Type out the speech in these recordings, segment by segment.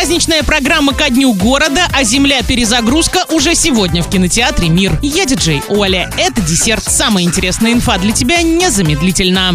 Праздничная программа ко Дню города, а земля-перезагрузка уже сегодня в кинотеатре «Мир». Я диджей Оля. Это десерт. Самая интересная инфа для тебя незамедлительно.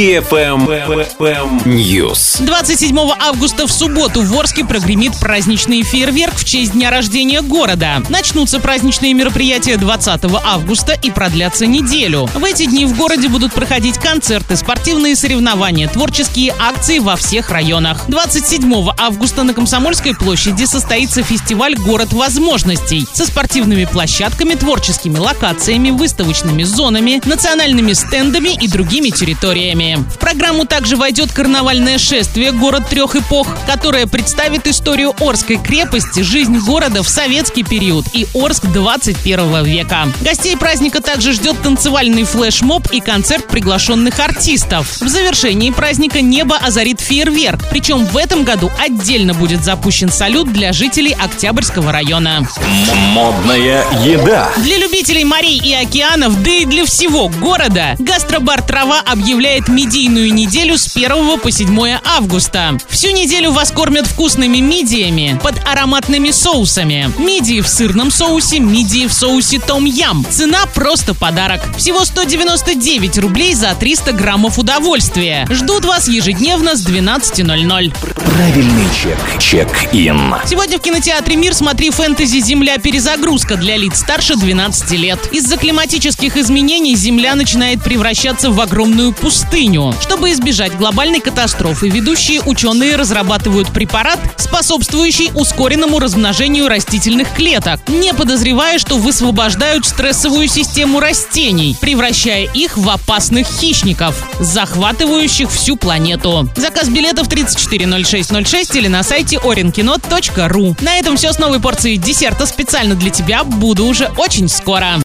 News. 27 августа в субботу в Орске прогремит праздничный фейерверк в честь дня рождения города. Начнутся праздничные мероприятия 20 августа и продлятся неделю. В эти дни в городе будут проходить концерты, спортивные соревнования, творческие акции во всех районах. 27 августа на Комсомольской площади состоится фестиваль «Город возможностей» со спортивными площадками, творческими локациями, выставочными зонами, национальными стендами и другими территориями. В программу также войдет карнавальное шествие «Город трех эпох», которое представит историю Орской крепости, жизнь города в советский период и Орск 21 века. Гостей праздника также ждет танцевальный флешмоб и концерт приглашенных артистов. В завершении праздника небо озарит фейерверк, причем в этом году отдельно будет запущен салют для жителей Октябрьского района. Модная еда. Для любителей морей и океанов, да и для всего города, гастробар «Трава» объявляет медийную неделю с 1 по 7 августа. Всю неделю вас кормят вкусными мидиями под ароматными соусами. Мидии в сырном соусе, мидии в соусе том-ям. Цена просто подарок. Всего 199 рублей за 300 граммов удовольствия. Ждут вас ежедневно с 12:00. Правильный чек. Чек-ин. Сегодня в кинотеатре «Мир» смотри фэнтези «Земля-перезагрузка» для лиц старше 12 лет. Из-за климатических изменений Земля начинает превращаться в огромную пустыню. Чтобы избежать глобальной катастрофы, ведущие ученые разрабатывают препарат, способствующий ускоренному размножению растительных клеток, не подозревая, что высвобождают стрессовую систему растений, превращая их в опасных хищников, захватывающих всю планету. Заказ билетов 340606 или на сайте orinkino.ru. На этом все с новой порцией десерта специально для тебя. Буду уже очень скоро.